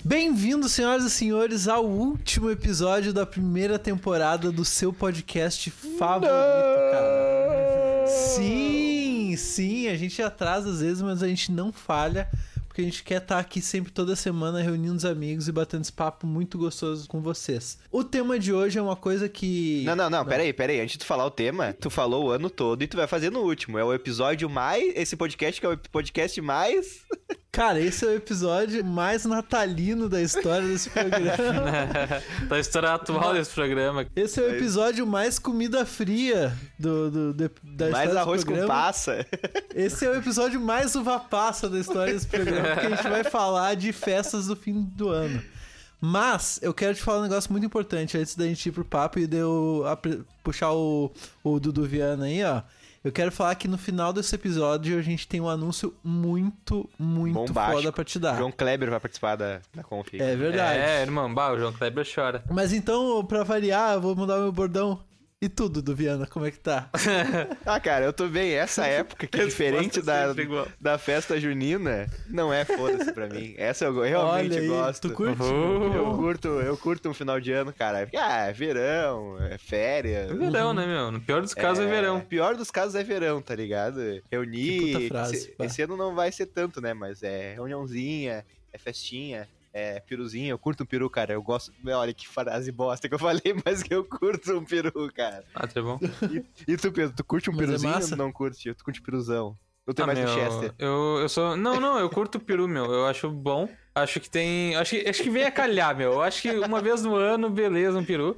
Bem-vindos, senhoras e senhores, ao último episódio da primeira temporada do seu podcast favorito, cara. Sim, a gente atrasa às vezes, mas a gente não falha, porque a gente quer estar aqui sempre, toda semana, reunindo os amigos e batendo esse papo muito gostoso com vocês. O tema de hoje é uma coisa que... Não, peraí. Antes de tu falar o tema, tu falou o ano todo e tu vai fazer no último. É o episódio mais... Esse podcast que é o podcast mais... Cara, esse é o episódio mais natalino da história desse programa. Da história atual desse programa. Esse é o episódio mais comida fria da mais história arroz desse programa. com passa. Esse é o episódio mais uva passa da história desse programa, porque a gente vai falar de festas do fim do ano. Mas eu quero te falar um negócio muito importante antes da gente ir pro papo e de eu puxar o Dudu Viana aí, ó. Eu quero falar que no final desse episódio a gente tem um anúncio muito bombástico. Foda pra te dar. João Kleber vai participar da Conf. É verdade. Irmão, o João Kleber chora. Mas então, pra variar, eu vou mudar o meu bordão. E tu, Dudu Viana, como é que tá? Cara, eu tô bem. Essa época que é diferente da festa junina, não é foda-se pra mim. Essa eu realmente aí, gosto. Tu curte? Eu curto um final de ano, cara. É verão, é férias. É verão, né, meu? No pior dos casos é verão. No pior dos casos é verão, tá ligado? Reunir... Que puta frase, esse ano não vai ser tanto, né? Mas é reuniãozinha, é festinha... É, piruzinho, eu curto um peru, cara. Eu gosto. Olha que frase bosta que eu falei, mas que eu curto um peru, cara. Ah, tá bom. E tu, Pedro, tu curte um peruzinho ou ou não curte? Tu curte piruzão? Ou tem mais Chester? Eu sou. Não, eu curto o peru, meu. Eu acho bom. Acho que tem. Acho que vem a calhar, meu. Eu acho que uma vez no ano, beleza, um peru.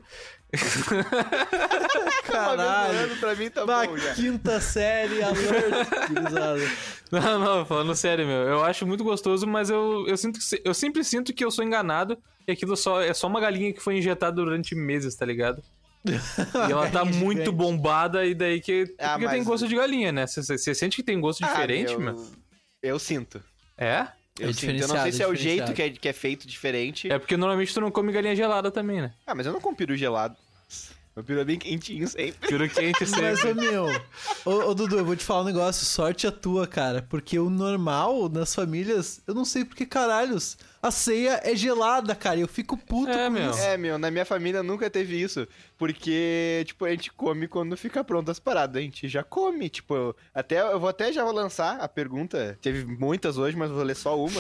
Caralho, pra mim tá na bom já. quinta série, alert. Não, falando sério, meu. Eu acho muito gostoso, mas eu sempre sinto que eu sou enganado e aquilo é só uma galinha que foi injetada durante meses, tá ligado? E ela tá muito bombada e daí que... Porque tem gosto de galinha, né? Você sente que tem gosto diferente, meu? Eu sinto. É? Eu não sei se é o jeito que é feito diferente. É porque normalmente tu não come galinha gelada também, né? Ah, mas eu não como peru gelado. Meu peru é bem quentinho sempre. Peru quente sempre. Mas, ô Dudu, eu vou te falar um negócio, sorte a tua, cara. Porque o normal nas famílias, eu não sei por que caralhos, a ceia é gelada, cara. Eu fico puto com isso. Meu, na minha família nunca teve isso. Porque, tipo, a gente come quando fica pronto as paradas. A gente já come, tipo, eu vou até já lançar a pergunta. Teve muitas hoje, mas vou ler só uma.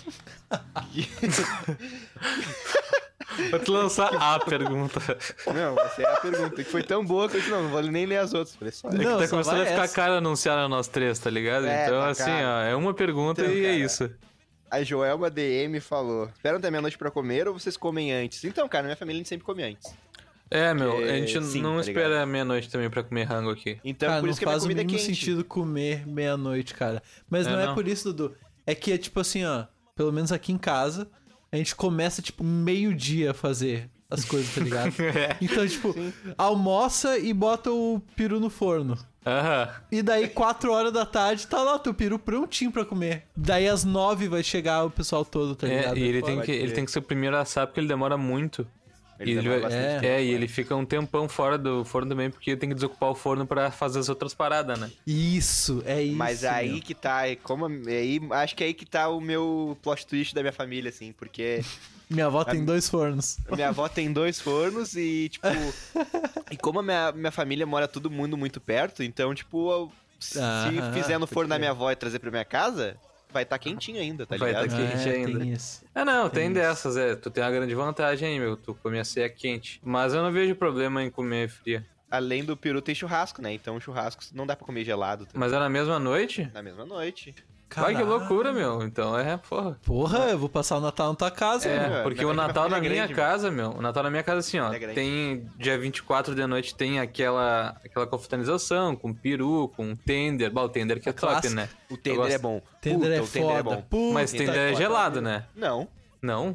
Vou te lançar a pergunta. Não, essa é a pergunta, que foi tão boa que eu disse, não vou nem ler as outras. Falei só. É que tá começando a ficar caro anunciar a nós três, tá ligado? Então, tá assim, ó, é uma pergunta então, e é isso. A Joelma DM falou: esperam até meia-noite pra comer ou vocês comem antes? Então, cara, na minha família a gente sempre come antes. É, meu, a gente não tá espera ligado? meia-noite também pra comer rango aqui. Então, cara, por isso que a minha comida é quente. Não faz o mínimo sentido comer meia-noite, cara. Mas não é por isso, Dudu. É que é tipo assim, ó, pelo menos aqui em casa, a gente começa, tipo, meio-dia a fazer as coisas, tá ligado? Então, tipo, almoça e bota o peru no forno. E daí, 4 horas da tarde, tá lá o teu peru prontinho pra comer. Daí, às 9 vai chegar o pessoal todo, tá ligado? E ele tem que ser o primeiro a assar porque ele demora muito. E ele fica um tempão fora do forno também, porque tem que desocupar o forno pra fazer as outras paradas, né? Isso, é isso. Mas aí que tá, acho que é aí que tá o meu plot twist da minha família, assim, porque... Minha avó tem 2 fornos. Minha avó tem 2 fornos e, tipo... e como a minha família mora todo mundo muito perto, então, tipo, se fizer no forno da minha avó e trazer pra minha casa... Vai estar quentinho ainda, tá ligado? Vai estar quente ainda. Tem isso. Tem dessas, Tu tem uma grande vantagem aí, meu. Tu come a ceia quente. Mas eu não vejo problema em comer fria. Além do peru, tem churrasco, né? Então churrasco não dá pra comer gelado. Mas é na mesma noite? Na mesma noite. Vai, que loucura, meu. Então porra. Porra, eu vou passar o Natal na tua casa, meu. Porque o Natal na minha casa, meu. O Natal na minha casa, assim, ó. Tem dia 24 de noite, tem aquela confraternização com peru, com tender. O tender que é top, né? O tender é bom. Tender é foda. Mas tender é gelado, né? Não. Não?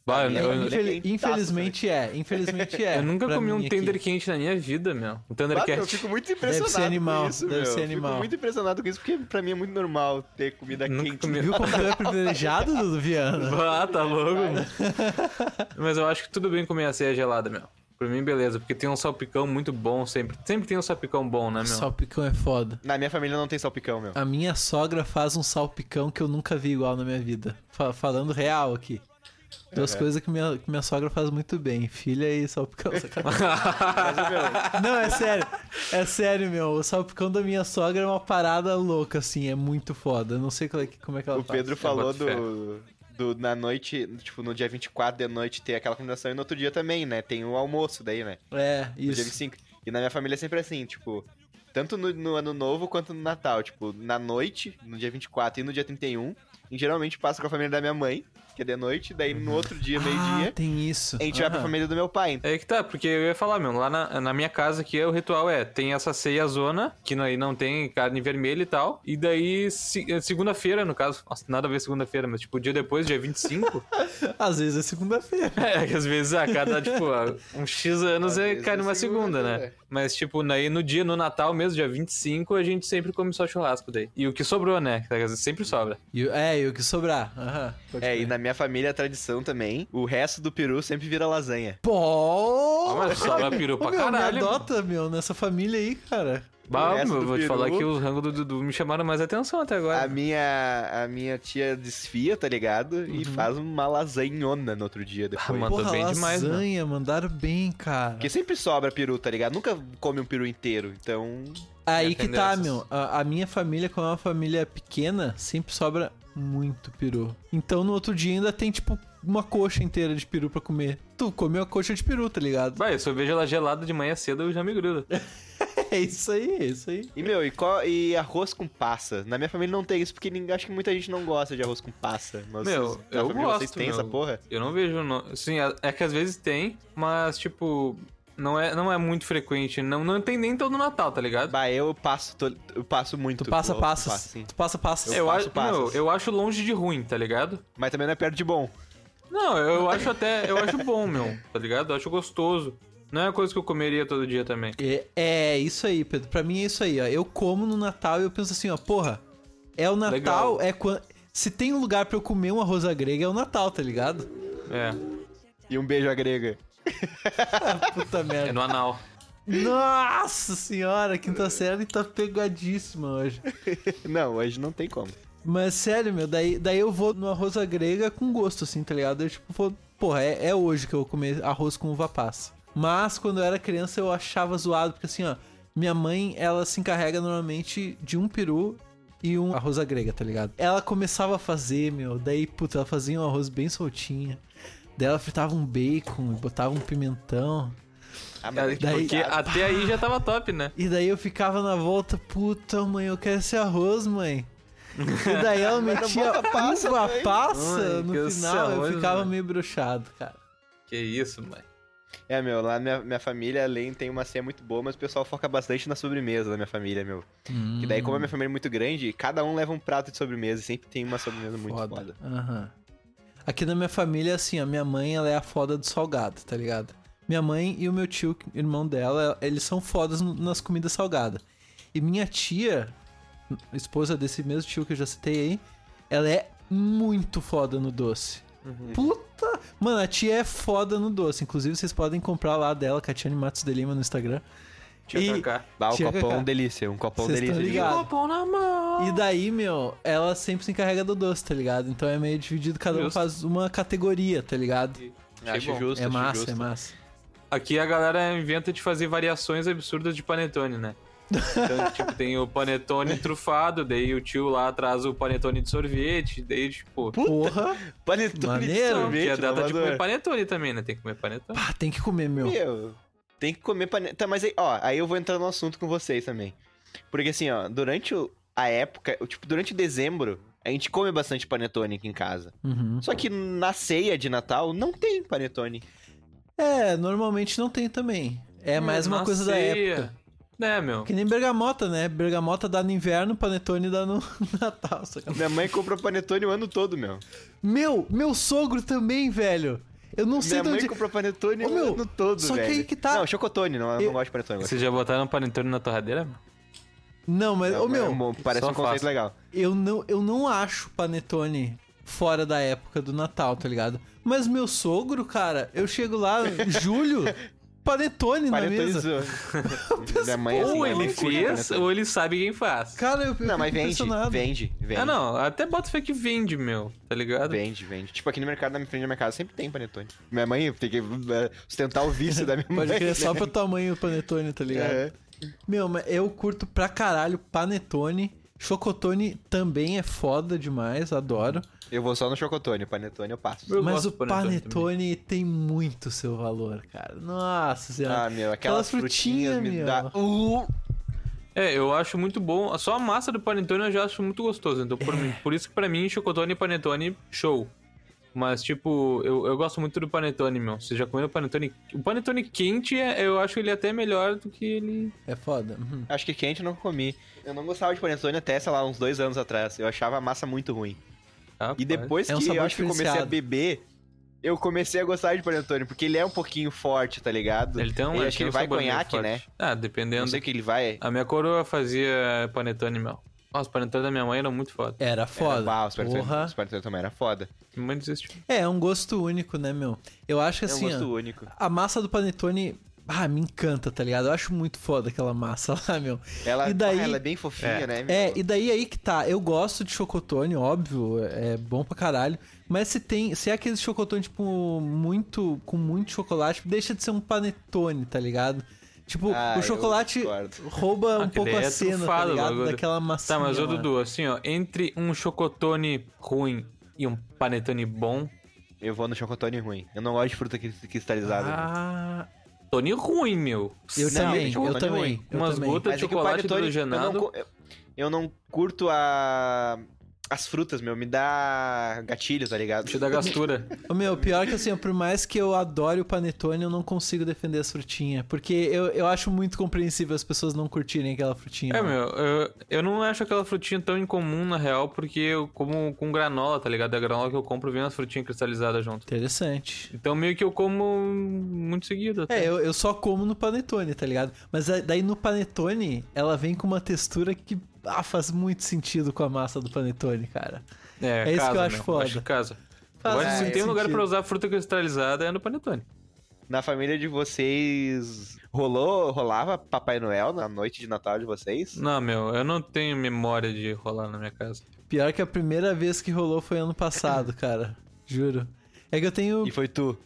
Infelizmente é. Eu nunca comi um tender quente na minha vida, meu. Um tender quente. Eu fico muito impressionado com isso, meu. Fico muito impressionado com isso, porque pra mim é muito normal ter comida quente. Viu como tu é privilegiado, Dudu Viana? Tá louco. Mas eu acho que tudo bem comer a ceia gelada, meu. Pra mim, beleza, porque tem um salpicão muito bom sempre. Sempre tem um salpicão bom, né, meu? Salpicão é foda. Na minha família não tem salpicão, meu. A minha sogra faz um salpicão que eu nunca vi igual na minha vida. Falando real aqui. Duas coisas que minha sogra faz muito bem. Filha e salpicão. Não, é sério. É sério, meu. O salpicão da minha sogra é uma parada louca, assim. É muito foda. Eu não sei como é que ela faz. O Pedro falou na noite, tipo, no dia 24 de noite ter aquela combinação e no outro dia também, né? Tem o almoço daí, né? É, isso. No dia 25. E na minha família é sempre assim, tipo... Tanto no Ano Novo quanto no Natal. Tipo, na noite, no dia 24 e no dia 31, e geralmente passa com a família da minha mãe, que é de noite, daí no outro dia, meio-dia, tem isso. a gente vai pra família do meu pai. É que tá, porque eu ia falar, meu, lá na minha casa aqui o ritual tem essa ceia zona, que aí não tem carne vermelha e tal, e daí segunda-feira, no caso, nossa, nada a ver segunda-feira, mas tipo, o dia depois, dia 25... Às vezes é segunda-feira. É, que às vezes a cada, tipo, uns X anos cai numa segunda, né? Mas, tipo, aí no Natal mesmo, dia 25, a gente sempre come só churrasco daí. E o que sobrou, né? Sempre sobra. E o que sobrar. E na minha família a tradição também, o resto do peru sempre vira lasanha. Pô! Mas sobra peru pra caralho. Me adota, nessa família aí, cara. Vou te falar que os rangos do Dudu me chamaram mais atenção até agora. A minha tia desfia, tá ligado? E faz uma lasanhona no outro dia depois. Mandou bem demais, né? Lasanha, mandaram bem, cara. Porque sempre sobra peru, tá ligado? Nunca come um peru inteiro, então... Aí que tá, meu. A minha família, como é uma família pequena, sempre sobra muito peru. Então no outro dia ainda tem, tipo, uma coxa inteira de peru pra comer. Tu comeu a coxa de peru, tá ligado? Vai, se eu vejo ela gelada de manhã cedo, eu já me grudo. É isso aí. E, meu, e arroz com passa? Na minha família não tem isso, porque acho que muita gente não gosta de arroz com passa. Mas meu, eu gosto, vocês têm essa porra? Eu não vejo, sim, é que às vezes tem, mas, tipo... Não é muito frequente, não tem nem todo Natal, tá ligado? Bah, eu passo muito. Tu passa passas. Tu passa passas. Eu acho longe de ruim, tá ligado? Mas também não é perto de bom. Não, eu acho bom, meu, tá ligado? Eu acho gostoso. Não é uma coisa que eu comeria todo dia também. É isso aí, Pedro. Pra mim é isso aí, ó. Eu como no Natal e eu penso assim, ó, porra, é o Natal, legal. Se tem um lugar pra eu comer um arroz à grega, é o Natal, tá ligado? É. E um beijo à grega. Puta merda. É no anal. Nossa senhora, quinta série tá pegadíssima hoje. Não, hoje não tem como. Mas sério, meu, daí eu vou no arroz à grega com gosto, assim, tá ligado? Eu tipo, vou, porra, é hoje que eu vou comer arroz com uva passa. Mas quando eu era criança eu achava zoado, porque assim, ó, minha mãe, ela se encarrega normalmente de um peru e um arroz à grega, tá ligado? Ela começava a fazer, meu, daí, puta, ela fazia um arroz bem soltinho. Daí ela fritava um bacon e botava um pimentão. Porque até aí já tava top, né? E daí eu ficava na volta, puta, mãe, eu quero esse arroz, mãe. E daí ela metia uva passa no final, eu ficava meio broxado, cara. Que isso, mãe. Meu, lá na minha família, além tem uma ceia muito boa, mas o pessoal foca bastante na sobremesa da minha família, meu. Que daí, como a minha família é muito grande, cada um leva um prato de sobremesa e sempre tem uma sobremesa muito foda. Aqui na minha família, assim, a minha mãe, ela é a foda do salgado, tá ligado? Minha mãe e o meu tio, irmão dela, eles são fodas nas comidas salgadas. E minha tia, esposa desse mesmo tio que eu já citei aí, ela é muito foda no doce. Puta! Mano, a tia é foda no doce. Inclusive, vocês podem comprar lá dela, Catiane Matos de Lima, no Instagram. O copão delícia, um copão Cês delícia. Um copão na mão. E daí, meu, ela sempre se encarrega do doce, tá ligado? Então é meio dividido, cada um faz uma categoria, tá ligado? Acho justo, é massa, justo. é massa. Aqui a galera inventa de fazer variações absurdas de panetone, né? Então, tipo, tem o panetone trufado, daí o tio lá traz o panetone de sorvete, daí, tipo... Porra! Panetone maneiro, de sorvete, que a data de comer panetone também, né? Tem que comer panetone. Pá, tem que comer, meu. Tem que comer panetone. Tá, mas aí, ó, aí eu vou entrar no assunto com vocês também. Porque assim, ó, durante a época, tipo, durante dezembro, a gente come bastante panetone aqui em casa. Só que na ceia de Natal não tem panetone. Normalmente não tem também. É mais uma coisa da época. É, meu. Que nem bergamota, né? Bergamota dá no inverno, panetone dá no Natal. Minha mãe compra panetone o ano todo, meu. Meu sogro também, velho. Eu não sei de onde... Minha mãe compra panetone o ano todo, só velho. Que aí que tá... Não, chocotone, não gosto de panetone. Vocês já botaram panetone na torradeira? Não, mas... parece um conceito legal. Eu não acho panetone fora da época do Natal, tá ligado? Mas meu sogro, cara, eu chego lá, julho... panetone na mesa. Minha mãe, assim, Ou ele fez, ou ele sabe quem faz. Cara, eu Não, mas vende. Ah, não, até bota fé que vende, meu, tá ligado? Vende. Tipo, aqui no mercado, na frente da minha casa, sempre tem panetone. Minha mãe, tem que sustentar o vício da minha mãe. Pode crer só pro tamanho do panetone, tá ligado? É. Meu, mas eu curto pra caralho panetone. Chocotone também é foda demais, adoro. Eu vou só no chocotone, panetone eu passo. Eu Mas gosto o do panetone panetone tem muito seu valor, cara. Nossa senhora. Ah, meu, aquelas frutinhas me meu. dá... Eu acho muito bom. Só a massa do panetone eu já acho muito gostoso. Então, por isso que pra mim, chocotone e panetone, show. Mas, tipo, eu gosto muito do panetone, meu. Você já comeu o panetone? O panetone quente, eu acho ele até melhor do que ele... É foda. Uhum. Acho que quente eu não comi. Eu não gostava de panetone até, sei lá, uns 2 anos atrás. Eu achava a massa muito ruim. Rapaz. E depois É um que sabor eu acho que eu comecei a diferenciado. beber, eu comecei a gostar de panetone, porque ele é um pouquinho forte, tá ligado? Ele tem um... Eu acho que ele vai sabor meio conhaque, forte. né? Ah, Não dependendo. sei o que ele vai... A minha coroa fazia panetone, meu. Nossa, o panetone da minha mãe era muito foda. Era foda. Os panetone também era foda. Minha mãe desistiu. É um gosto único, né, meu? Eu acho que É um assim, gosto ó, único. a massa do panetone, me encanta, tá ligado? Eu acho muito foda aquela massa lá, meu. Ela, E daí- ela é bem fofinha, né? É, meu? e daí aí que tá. Eu gosto de chocotone, óbvio, é bom pra caralho. Mas se é aquele chocotone, tipo, com muito chocolate, deixa de ser um panetone, tá ligado? Tipo, Ah, o eu chocolate discordo. rouba um Aquele pouco é a cena, tá trufado, ligado? bagulho. Daquela massinha Tá, mas ô lá. Dudu, assim, ó, entre um chocotone ruim e um panetone bom, Eu vou no chocotone ruim. Eu não gosto de fruta cristalizada. Ah, Tony ruim, meu. eu Não, também, tem eu chocotone também. ruim. Eu Umas também. gotas Mas de é que o chocolate panetone, hidrogenado. eu não curto as frutas, meu. Me dá gatilho, tá ligado? Te dá gastura. Ô, meu, pior que assim, ó, por mais que eu adore o panetone, eu não consigo defender as frutinhas. Porque eu acho muito compreensível as pessoas não curtirem aquela frutinha. É, lá. meu, eu não acho aquela frutinha tão incomum, na real, porque eu como com granola, tá ligado? A granola que eu compro vem umas frutinhas cristalizadas junto. Interessante. Então meio que eu como muito seguido. Até. É, eu só como no panetone, tá ligado? Mas daí no panetone, ela vem com uma textura que faz muito sentido com a massa do panetone, cara. É isso que eu acho meu. foda. Acho que casa. Faz Eu acho que se muito tem um lugar sentido. pra usar fruta cristalizada é no panetone. Na família de vocês, rolava Papai Noel na noite de Natal de vocês? Não, meu, eu não tenho memória de rolar na minha casa. Pior que a primeira vez que rolou foi ano passado, cara. Juro. É que eu tenho... E foi tu?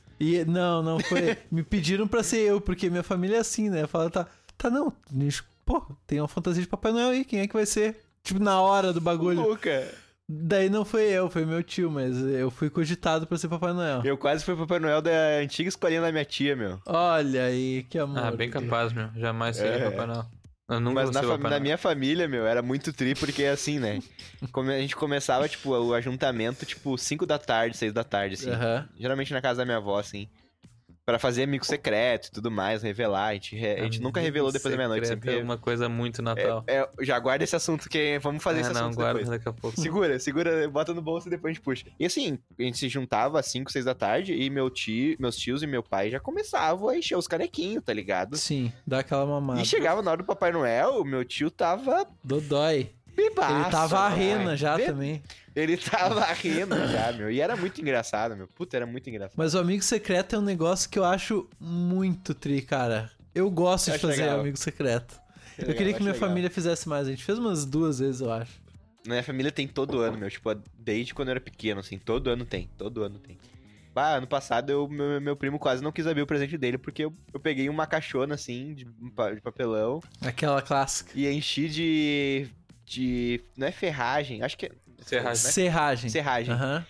Não foi... Me pediram pra ser eu, porque minha família é assim, né? Fala, tá, não, pô, tem uma fantasia de Papai Noel aí, quem é que vai ser? Tipo, na hora do bagulho. Luca. Daí não foi eu, foi meu tio, mas eu fui cogitado pra ser Papai Noel. Eu quase fui Papai Noel da antiga escolinha da minha tia, meu. Olha aí, que amor. Ah, bem capaz, meu. Jamais seria Papai Noel. Eu nunca Mas vou ser Papai na Noel. minha família, meu, era muito tri, porque assim, né? Como a gente começava, tipo, o ajuntamento, tipo, 5 da tarde, 6 da tarde, assim. Aham. Geralmente na casa da minha avó, assim. Pra fazer amigo secreto e tudo mais, revelar. A gente nunca revelou depois da meia-noite. Secreto Sempre... É uma coisa muito Natal. já guarda esse assunto que vamos fazer esse não, assunto guarda depois. daqui a pouco. Segura, bota no bolso e depois a gente puxa. E assim, a gente se juntava às 5, 6 da tarde e meus tios e meu pai já começavam a encher os canequinhos, tá ligado? Sim, dá aquela mamada. E chegava na hora do Papai Noel, meu tio tava Dodói. bebaço. Ele tava à rena né? já também. Ele tava rindo já, meu. E era muito engraçado, meu. Puta, era muito engraçado. Mas o amigo secreto é um negócio que eu acho muito tri, cara. Eu gosto de Acho fazer legal. amigo secreto. Eu Legal, queria que acho minha legal. família fizesse mais. A gente fez umas 2 vezes, eu acho. Minha família tem todo ano, meu. Tipo, desde quando eu era pequeno, assim. Todo ano tem. Ano passado, meu primo quase não quis abrir o presente dele, porque eu peguei uma caixona, assim, de papelão Aquela clássica. e enchi de... Não é ferragem, acho que é... Serragem. Serragem. Serragem. Aham.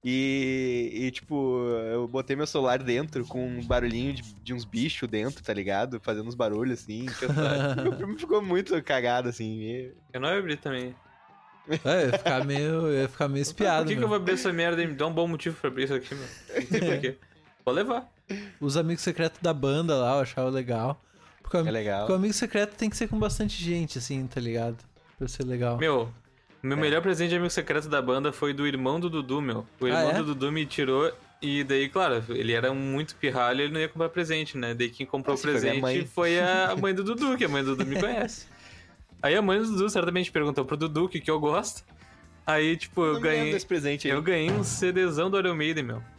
E, tipo, eu botei meu celular dentro com um barulhinho de uns bichos dentro, tá ligado? Fazendo uns barulhos, assim. Meu primo ficou muito cagado, assim. Eu não ia abrir também. Eu ia ficar meio espiado. Por que eu meu. vou abrir essa merda e me dá um bom motivo pra abrir isso aqui, meu? Não sei por quê. Vou levar. Os amigos secretos da banda lá, eu achava legal. Porque, É legal. porque o amigo secreto tem que ser com bastante gente, assim, tá ligado? Pra ser legal. Meu melhor presente de amigo secreto da banda foi do irmão do Dudu, meu. O irmão é? do Dudu me tirou e daí, claro, ele era muito pirralho e ele não ia comprar presente, né? Daí quem comprou o Foi minha presente mãe. foi a mãe do Dudu, que a mãe do Dudu me conhece. Aí a mãe do Dudu certamente perguntou pro Dudu o que eu gosto. Aí, tipo, Não me lembro desse presente aí. eu ganhei um CDzão do Iron Maiden, meu.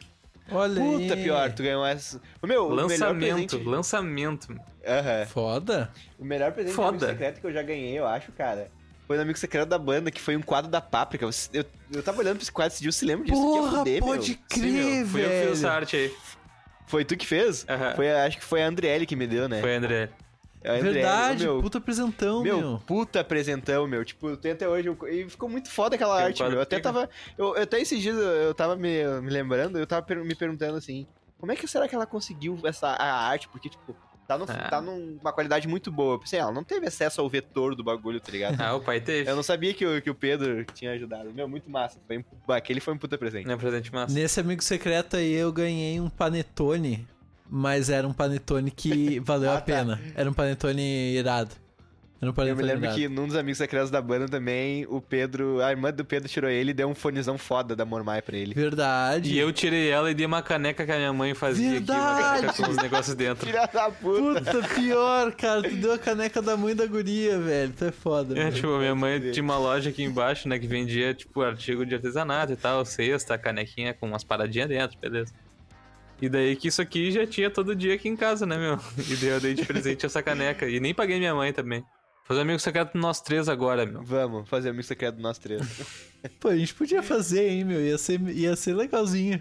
Olha Puta, aí. pior, tu ganhou essa. O meu, o melhor presente... Lançamento. Aham. Foda. O melhor presente de amigo secreto que eu já ganhei, eu acho, cara, foi no amigo secreto da banda, que foi um quadro da Páprica. Eu tava olhando pra esse quadro esse dia, você lembra disso? Porra, fuder, pode meu. crer, Fui eu que velho. fiz essa arte aí. Foi tu que fez? Aham. Acho que foi a Andriele que me deu, né? Foi, André. A Andriele, Verdade, meu, puta presentão, meu. puta presentão, meu. Tipo, tem até hoje. E ficou muito foda aquela Tem um arte, quadro meu. Eu até pica. tava. Eu até esses dias eu tava me lembrando, eu tava me perguntando assim, como é que será que ela conseguiu a arte? Porque, tipo, tá numa qualidade muito boa. Eu pensei, ela não teve acesso ao vetor do bagulho, tá ligado? Ah, o pai teve. Eu não sabia que o Pedro tinha ajudado. Meu, muito massa. Aquele foi um puta presente. Não é presente massa. Nesse amigo secreto aí eu ganhei um panetone, mas era um panetone que valeu a tá. pena. Era um panetone irado. Era um Eu panetone me lembro irado. que num dos amigos secretos da banda também, o Pedro, a irmã do Pedro tirou ele e deu um fonezão foda da Mormai pra ele. Verdade. E eu tirei ela e dei uma caneca que a minha mãe fazia aqui, uma Verdade. caneca com os negócios dentro. Filha da puta. Puta, pior, cara. Tu deu a caneca da mãe da guria, velho. Tu é foda, É, velho. tipo, minha mãe tinha uma loja aqui embaixo, né, que vendia, tipo, artigo de artesanato e tal, cesta, canequinha com umas paradinhas dentro, beleza. E daí que isso aqui já tinha todo dia aqui em casa, né, meu? E daí eu dei de presente essa caneca. E nem paguei minha mãe também. Fazer amigo secreto nós três agora, meu. Vamos fazer amigo secreto do nós três. Pô, a gente podia fazer, hein, meu. Ia ser legalzinho.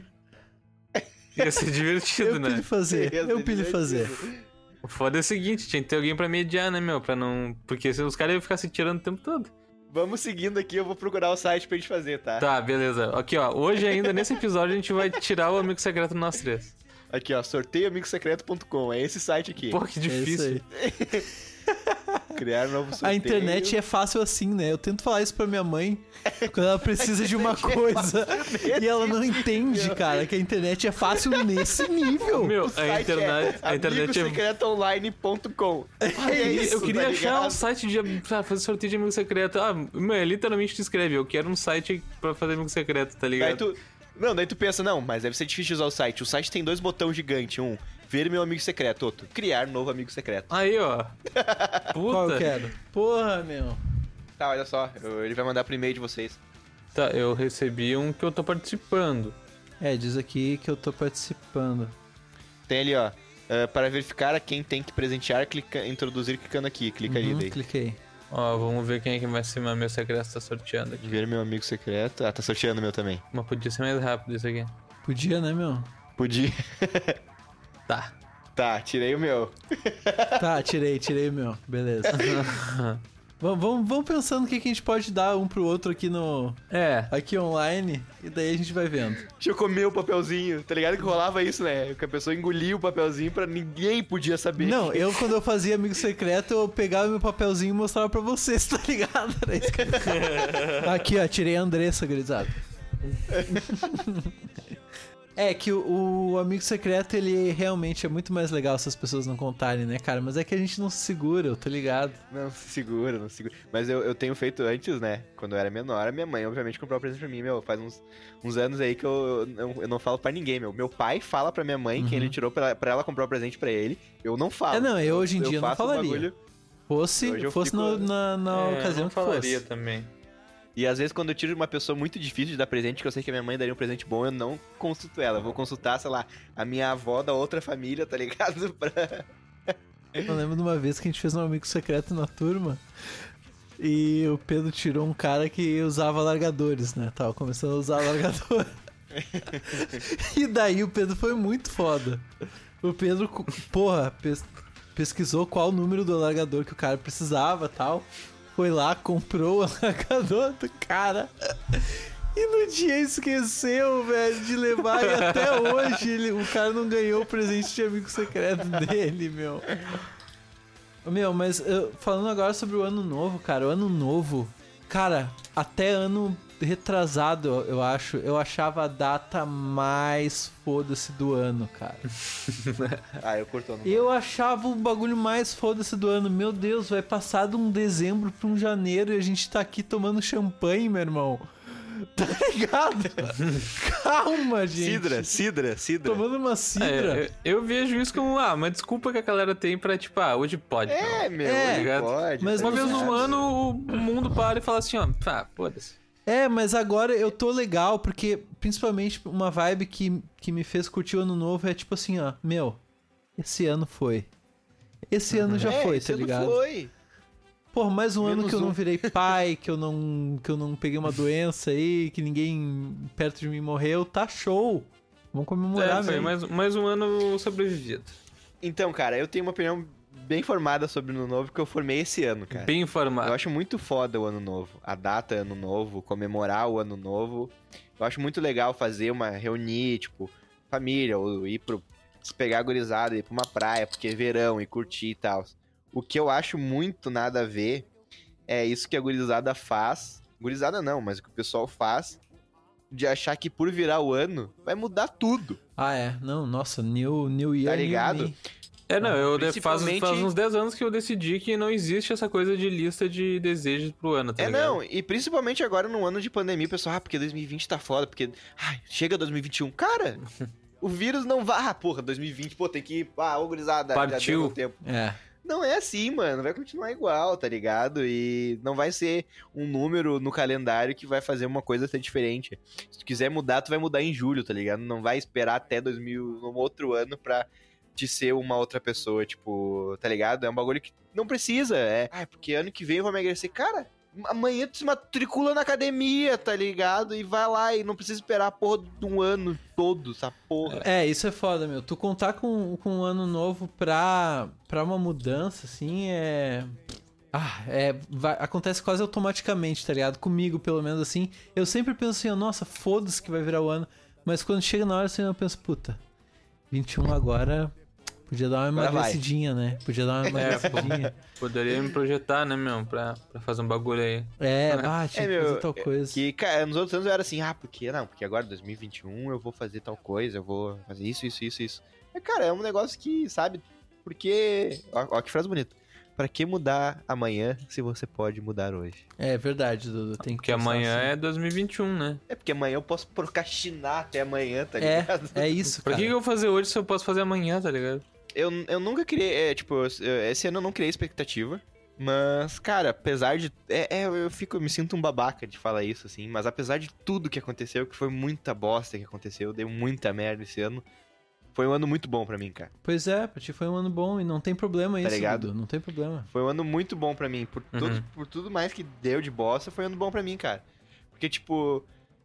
Ia ser divertido, Eu né? pilho fazer. Ia ser Eu pilho fazer. O foda é o seguinte, tinha que ter alguém pra mediar, né, meu? Pra não... Porque os caras iam ficar se tirando o tempo todo. Vamos seguindo aqui, eu vou procurar o site pra gente fazer, tá? Tá, beleza. Aqui, ó. Hoje ainda, nesse episódio, a gente vai tirar o amigo secreto do nós três. Aqui, ó, sorteioamigosecreto.com, é esse site aqui. Porra, que É isso difícil. aí. Criar um novo sorteio. A internet é fácil assim, né? Eu tento falar isso pra minha mãe quando ela precisa de uma coisa e ela não entende, cara, que a internet é fácil nesse nível. Meu, O site a internet é... amigosecretoonline.com. Eu queria tá achar ligado? um site pra fazer sorteio de amigo secreto. Ah, meu, literalmente tu escreve, eu quero um site pra fazer amigo secreto, tá Daí ligado? daí tu pensa, não, mas deve ser difícil de usar o site. O site tem 2 botões gigantes. Um, ver meu amigo secreto. Outro, criar novo amigo secreto. Aí, ó. Qual eu Puta. quero? Porra, meu. Tá, olha só. Ele vai mandar pro e-mail de vocês. Tá, eu recebi um que eu tô participando. É, diz aqui que eu tô participando. Tem ali, ó. Para verificar a quem tem que presentear, introduzir clicando aqui. Clica ali daí. Cliquei. Ó, vamos ver quem é que vai ser meu amigo secreto tá sorteando aqui. Ver meu amigo secreto. Ah, tá sorteando o meu também. Mas podia ser mais rápido isso aqui. Podia, né, meu? Podia. Tá. Tá, tirei o meu. Tá, tirei o meu. Beleza. Vamos pensando o que a gente pode dar um pro outro aqui aqui online, e daí a gente vai vendo. Deixa eu comer o papelzinho. Tá ligado que rolava isso, né? Que a pessoa engolia o papelzinho pra ninguém podia saber. Não, quando eu fazia amigo secreto, eu pegava meu papelzinho e mostrava pra vocês, tá ligado? Era isso que... Aqui, ó, tirei a Andressa, gurizada. É que o amigo secreto, ele realmente é muito mais legal se as pessoas não contarem, né, cara? Mas é que a gente não se segura, eu tô ligado. Não se segura, não se segura. Mas eu tenho feito antes, né? Quando eu era menor, a minha mãe, obviamente, comprou um presente pra mim, meu. Faz uns anos aí que eu não falo pra ninguém, meu. Meu pai fala pra minha mãe quem ele tirou pra ela comprar o presente pra ele. Eu não falo. É, não, eu hoje em dia não faço o falaria. bagulho. Fosse Hoje eu fosse fico- na ocasião eu que falaria fosse. também. E às vezes, quando eu tiro de uma pessoa muito difícil de dar presente, que eu sei que a minha mãe daria um presente bom, eu não consulto ela. Eu vou consultar, sei lá, a minha avó da outra família, tá ligado? Eu lembro de uma vez que a gente fez um amigo secreto na turma e o Pedro tirou um cara que usava largadores, né? Tava começando a usar largador. E daí o Pedro foi muito foda. O Pedro, porra, pesquisou qual o número do alargador que o cara precisava e tal. Foi lá, comprou o alargador do cara. E no dia esqueceu, velho, de levar. E até hoje o cara não ganhou o presente de amigo secreto dele, meu. Meu, mas falando agora sobre o ano novo, cara. O ano novo, cara, até ano retrasado, eu acho, eu achava a data mais foda-se do ano, cara. Ah, eu curto. Eu achava o bagulho mais foda-se do ano. Meu Deus, vai passar de um dezembro pra um janeiro e a gente tá aqui tomando champanhe, meu irmão. Tá ligado? Calma, gente. Cidra. Tomando uma cidra. Eu vejo isso como uma desculpa que a galera tem pra, tipo, hoje pode. É, não. meu, É, ligado? Pode. mas Uma não vez sei. no ano o mundo para e fala assim, ó, foda-se. É, mas agora eu tô legal, porque principalmente uma vibe que me fez curtir o ano novo é tipo assim, ó, meu, esse ano foi. Esse ano já foi, esse tá ano ligado? foi. Pô, mais um ano Menos que eu não um. virei pai, que eu não peguei uma doença aí, que ninguém perto de mim morreu, tá show. Vamos comemorar, Foi velho. mais um ano sobrevivido. Então, cara, eu tenho uma opinião bem formada sobre o Ano Novo, que eu formei esse ano, cara. Bem informado. Eu acho muito foda o Ano Novo. A data Ano Novo, comemorar o Ano Novo. Eu acho muito legal fazer reunir, tipo, família, ou ir pegar a gurizada, ir pra uma praia, porque é verão, e curtir e tal. O que eu acho muito nada a ver é isso que a gurizada faz. Gurizada não, mas o que o pessoal faz de achar que por virar o ano vai mudar tudo. Ah, é. Não, nossa, New Year, Tá ligado? New me. Eu Principalmente- faz uns 10 anos que eu decidi que não existe essa coisa de lista de desejos pro ano, tá ligado? Não, e principalmente agora no ano de pandemia, o pessoal, porque 2020 tá foda, porque chega 2021. Cara, o vírus não vai. 2020, tem que ir. Ô gurizada, já Partiu. deu um tempo. É. Não é assim, mano. Vai continuar igual, tá ligado? E não vai ser um número no calendário que vai fazer uma coisa ser diferente. Se tu quiser mudar, tu vai mudar em julho, tá ligado? Não vai esperar até no outro ano pra te ser uma outra pessoa, tipo, tá ligado? É um bagulho que não precisa. Porque ano que vem eu vou emagrecer. Cara, amanhã tu se matricula na academia, tá ligado? E vai lá e não precisa esperar a porra de um ano todo, essa porra. Isso é foda, meu. Tu contar com um ano novo pra uma mudança, assim, acontece quase automaticamente, tá ligado? Comigo, pelo menos, assim. Eu sempre penso assim, nossa, foda-se que vai virar o ano. Mas quando chega na hora, assim, eu penso, puta, 21 agora... Podia dar uma Agora vai. emagrecidinha, né? Podia dar uma emagrecidinha. Poderia me projetar, né, meu? Pra fazer um bagulho aí. Tinha que fazer tal coisa. Que, cara, nos outros anos eu era assim, porque agora 2021 eu vou fazer tal coisa, eu vou fazer isso. Mas, cara, é um negócio que, sabe, porque... Ó que frase bonita. Pra que mudar amanhã se você pode mudar hoje? É verdade, Dudu. Tem que Porque pensar amanhã assim. é 2021, né? Porque amanhã eu posso procrastinar até amanhã, tá ligado? É isso, Pra cara. que eu vou fazer hoje se eu posso fazer amanhã, tá ligado? Eu nunca criei, esse ano eu não criei expectativa. Mas, cara, apesar de... eu me sinto um babaca de falar isso, assim. Mas apesar de tudo que aconteceu, que foi muita bosta que aconteceu, deu muita merda esse ano, foi um ano muito bom pra mim, cara. Pois é, pra ti foi um ano bom e não tem problema isso, ligado? Dudu, não tem problema. Foi um ano muito bom pra mim. Por tudo mais que deu de bosta, foi um ano bom pra mim, cara. Porque, tipo,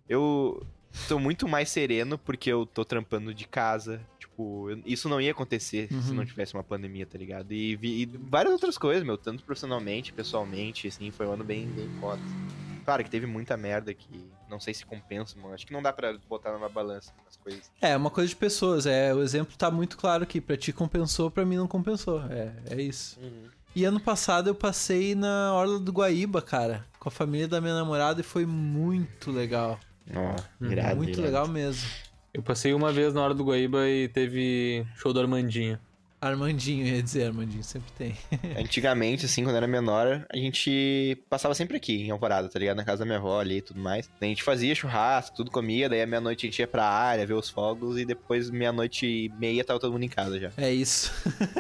eu tô muito mais sereno porque eu tô trampando de casa. Tipo, isso não ia acontecer se não tivesse uma pandemia, tá ligado? E várias outras coisas, meu. Tanto profissionalmente, pessoalmente, assim, foi um ano bem foda. Claro que teve muita merda que não sei se compensa, mano. Acho que não dá pra botar numa balança as coisas. É uma coisa de pessoas. O exemplo tá muito claro aqui. Pra ti compensou, pra mim não compensou. É isso. E ano passado eu passei na Orla do Guaíba, cara. Com a família da minha namorada e foi muito legal. Irado, Muito irado. legal mesmo. Eu passei uma vez na hora do Guaíba e teve show do Armandinho. Armandinho, ia dizer, Armandinho, sempre tem. Antigamente, assim, quando eu era menor, a gente passava sempre aqui, em Alvorada, tá ligado? Na casa da minha avó ali e tudo mais. Daí a gente fazia churrasco, tudo comia, daí à meia-noite a gente ia pra área, ver os fogos, e depois, meia-noite e meia, tava todo mundo em casa já. É isso.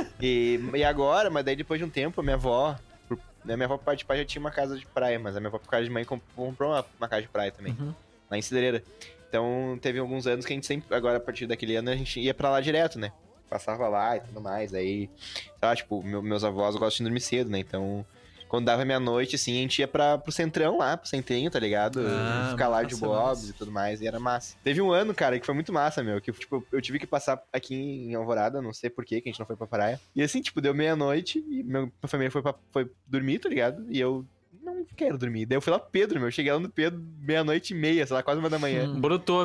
E agora, mas daí depois de um tempo, a minha avó, minha avó por parte de pai já tinha uma casa de praia, mas a minha avó por causa de mãe comprou uma casa de praia também, lá em Cidreira. Então, teve alguns anos que a gente sempre, agora a partir daquele ano, a gente ia pra lá direto, né? Passava lá e tudo mais, aí, sei lá, tipo, meus avós gostam de dormir cedo, né? Então, quando dava meia-noite, assim, a gente ia pro centrão lá, pro centrinho, tá ligado? Ficar lá de bobs e tudo mais, e era massa. Teve um ano, cara, que foi muito massa, meu, que, tipo, eu tive que passar aqui em Alvorada, não sei porquê, que a gente não foi pra praia. E assim, tipo, deu meia-noite e minha família foi dormir, tá ligado? E eu não quero dormir. Daí eu fui lá pro Pedro, meu, eu cheguei lá no Pedro meia-noite e meia, sei lá, quase 1h da manhã. Brotou.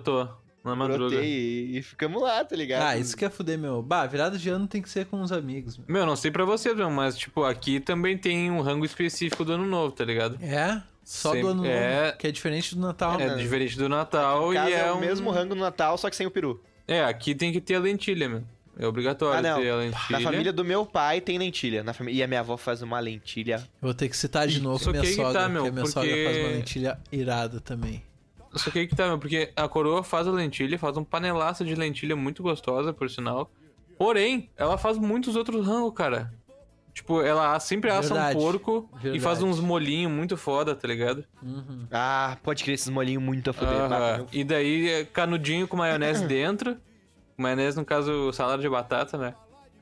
Na madruga. Brotei e ficamos lá, tá ligado? Isso que é fuder, meu. Virada de ano tem que ser com os amigos. Meu. Meu, não sei pra você, meu, mas, tipo, aqui também tem um rango específico do Ano Novo, tá ligado? Só do ano novo, que é diferente do Natal. É diferente do Natal e é o mesmo rango no Natal, só que sem o peru. Aqui tem que ter a lentilha, meu. É obrigatório ter a lentilha. Na família do meu pai tem lentilha. E a minha avó faz uma lentilha. Eu vou ter que citar de novo minha sogra, porque a minha sogra faz uma lentilha irada também. Só que aí que tá, meu, porque a coroa faz a lentilha, faz um panelaço de lentilha muito gostosa, por sinal. Porém, ela faz muitos outros rangos, cara. Tipo, ela sempre assa Verdade, um porco verdade. e faz uns molhinhos muito foda, tá ligado? Ah, pode crer esses molhinhos muito a fuder. Aham. E daí, canudinho com maionese dentro. Maionese, no caso, salada de batata, né?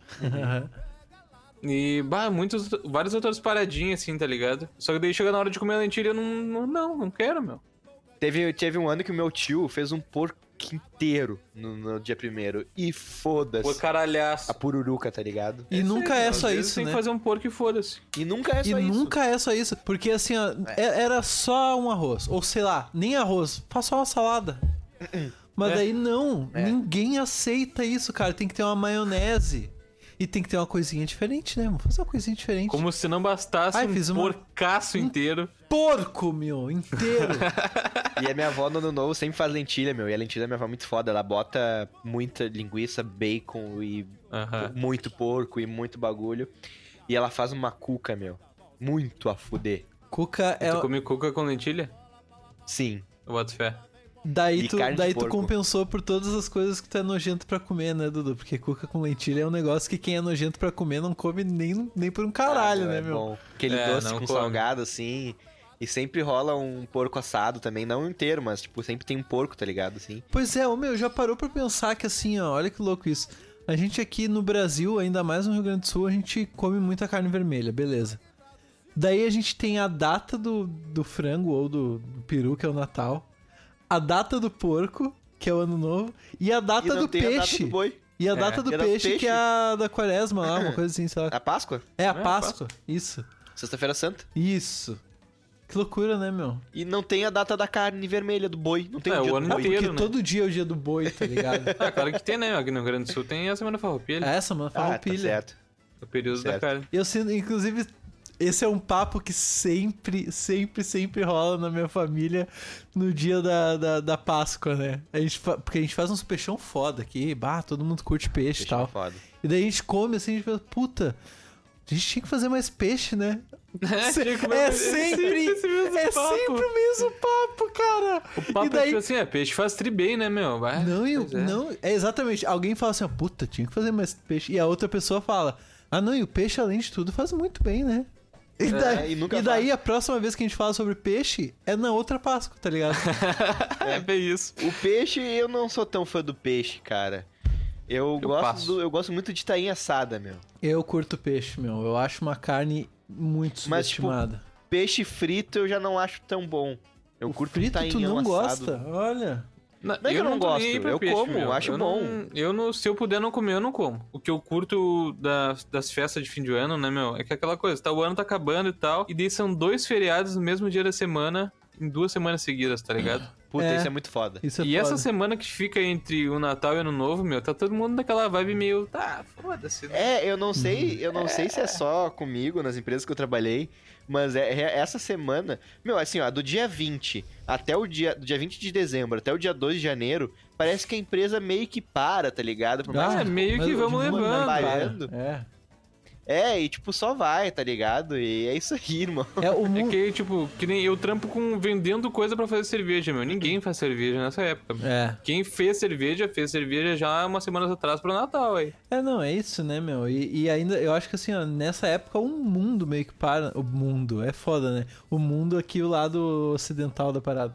E, várias outras paradinhas, assim, tá ligado? Só que daí chega na hora de comer a lentilha, eu não quero, meu. Teve um ano que o meu tio fez um porco inteiro no dia 1º. E foda-se. Pô, caralhaço. A pururuca, tá ligado? E nunca é Às só vezes isso, tem né? que fazer um porco e foda-se. E nunca é E só isso. nunca é só isso. Porque assim, ó, era só um arroz. Ou sei lá, nem arroz. Faz só uma salada. Mas daí não. Ninguém aceita isso, cara. Tem que ter uma maionese. E tem que ter uma coisinha diferente, né? Vamos fazer uma coisinha diferente. Como se não bastasse fiz um uma- porcaço inteiro. Porco, meu, inteiro. E a minha avó no Ano Novo sempre faz lentilha, meu. E a lentilha da minha avó é muito foda. Ela bota muita linguiça, bacon e Aham. muito porco e muito bagulho. E ela faz uma cuca, meu. Muito a fuder. Cuca é. Tu come cuca com lentilha? Sim. Eu boto fé. Daí E tu, carne de daí tu porco. compensou por todas as coisas que tu é nojento pra comer, né, Dudu? Porque cuca com lentilha é um negócio que quem é nojento pra comer não come nem por um caralho, né, é meu? Bom. Aquele É, doce não com come. salgado, assim. E sempre rola um porco assado também. Não inteiro, mas, tipo, sempre tem um porco, tá ligado? Assim. Pois é, ô meu, já parou pra pensar que assim, ó, olha que louco isso. A gente aqui no Brasil, ainda mais no Rio Grande do Sul, a gente come muita carne vermelha, beleza. Daí a gente tem a data do frango ou do peru, que é o Natal. A data do porco, que é o Ano Novo. E a data E não do tem peixe. a data do boi. E a data do E a data do peixe, que peixe. é a da quaresma lá, uma coisa assim, sei lá. A Páscoa? É a É, Páscoa, isso. Sexta-feira Santa. Isso. Que loucura, né, meu? E não tem a data da carne vermelha, do boi. Não tem É, o dia o do ano boi. inteiro. Porque né? todo dia é o dia do boi, tá ligado? Ah, claro que tem, né? Aqui no Rio Grande do Sul tem a Semana Farroupilha. Essa, mano, Ah, tá farroupilha. certo. O período da Certo. carne. Eu sinto, inclusive, esse é um papo que sempre rola na minha família no dia da Páscoa, né? Porque a gente faz uns peixão foda aqui, todo mundo curte peixe e Deixa eu tal. foda. E daí a gente come assim, a gente pensa, puta, a gente tinha que fazer mais peixe, né? É sempre o mesmo papo, cara. O papo E daí- é tipo assim, peixe faz tri bem, né, meu? Vai, Não, pois é. não, é exatamente. Alguém fala assim, ó, puta, tinha que fazer mais peixe. E a outra pessoa fala, ah, não, e o peixe, além de tudo, faz muito bem, né? e nunca daí faz. a próxima vez que a gente fala sobre peixe é na outra Páscoa, tá ligado? É bem isso. O peixe, eu não sou tão fã do peixe, cara. Eu gosto muito de tainha assada, meu. Eu curto peixe, meu. Eu acho uma carne muito Mas, tipo, subestimada. Peixe frito eu já não acho tão bom. Eu O curto frito tu tainhão não assado. gosta? Olha. Não é que eu não tô nem gosto, aí pra eu como, acho bom. Se eu puder não comer, eu não como. O que eu curto das festas de fim de ano, né, meu? É que aquela coisa, o ano tá acabando e tal, e daí são 2 feriados no mesmo dia da semana, em 2 semanas seguidas, tá ligado? Puta, É. isso é muito foda. Isso é E foda. essa semana que fica entre o Natal e o Ano Novo, meu, tá todo mundo naquela vibe meio, foda-se, né? Eu não sei se é só comigo, nas empresas que eu trabalhei, mas essa semana, meu, assim, ó, do dia 20 até do dia 20 de dezembro até o dia 2 de janeiro, parece que a empresa meio que para, tá ligado? Por mais é meio mas que vamos de uma levando. trabalhando. É. E tipo, só vai, tá ligado? E é isso aí, irmão. É o É mundo. que, tipo, que nem eu trampo vendendo coisa pra fazer cerveja, meu. Ninguém faz cerveja nessa época. Meu. É. Quem fez cerveja já umas semanas atrás pro Natal, aí. Não, é isso, né, meu? E ainda, eu acho que assim, ó, nessa época o mundo meio que para. O mundo, é foda, né? O mundo aqui, o lado ocidental da parada.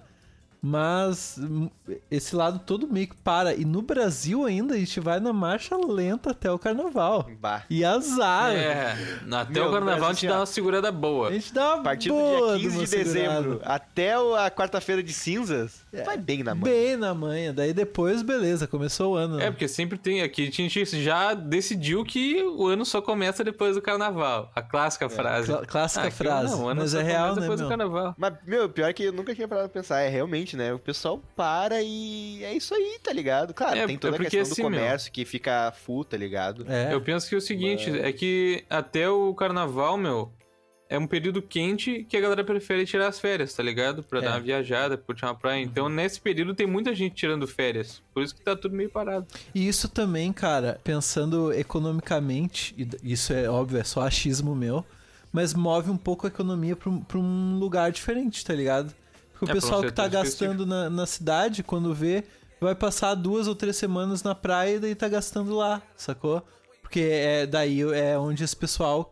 Mas esse lado todo meio que para. E no Brasil ainda a gente vai na marcha lenta até o carnaval. Bah. E azar. Até Meu, o carnaval a mas gente assim, dá ó, uma segurada boa. A gente dá uma A partir do boa dia 15 uma de dezembro segurada. até a quarta-feira de cinzas, vai bem na mão. Bem na manhã. Daí depois, beleza, começou o ano. né? Porque sempre tem aqui, a gente já decidiu que o ano só começa depois do carnaval. A clássica frase. Clássica que frase. o ano Mas só é real, começa né, depois meu? do carnaval. Mas, meu, pior que eu nunca tinha parado pra pensar. É realmente, né? O pessoal para e é isso aí, tá ligado? Claro, tem toda a porque questão assim, do comércio que fica full, tá ligado? É. Eu penso que é o seguinte, é que até o carnaval, meu, é um período quente que a galera prefere tirar as férias, tá ligado? Pra dar uma viajada, curtir uma praia. Então, nesse período tem muita gente tirando férias. Por isso que tá tudo meio parado. E isso também, cara, pensando economicamente, e isso é óbvio, é só achismo meu, mas move um pouco a economia pra um lugar diferente, tá ligado? Porque o É, pra um pessoal que tá setor gastando na cidade, quando vê, vai passar 2 ou 3 semanas na praia e daí tá gastando lá, sacou? Porque daí é onde esse pessoal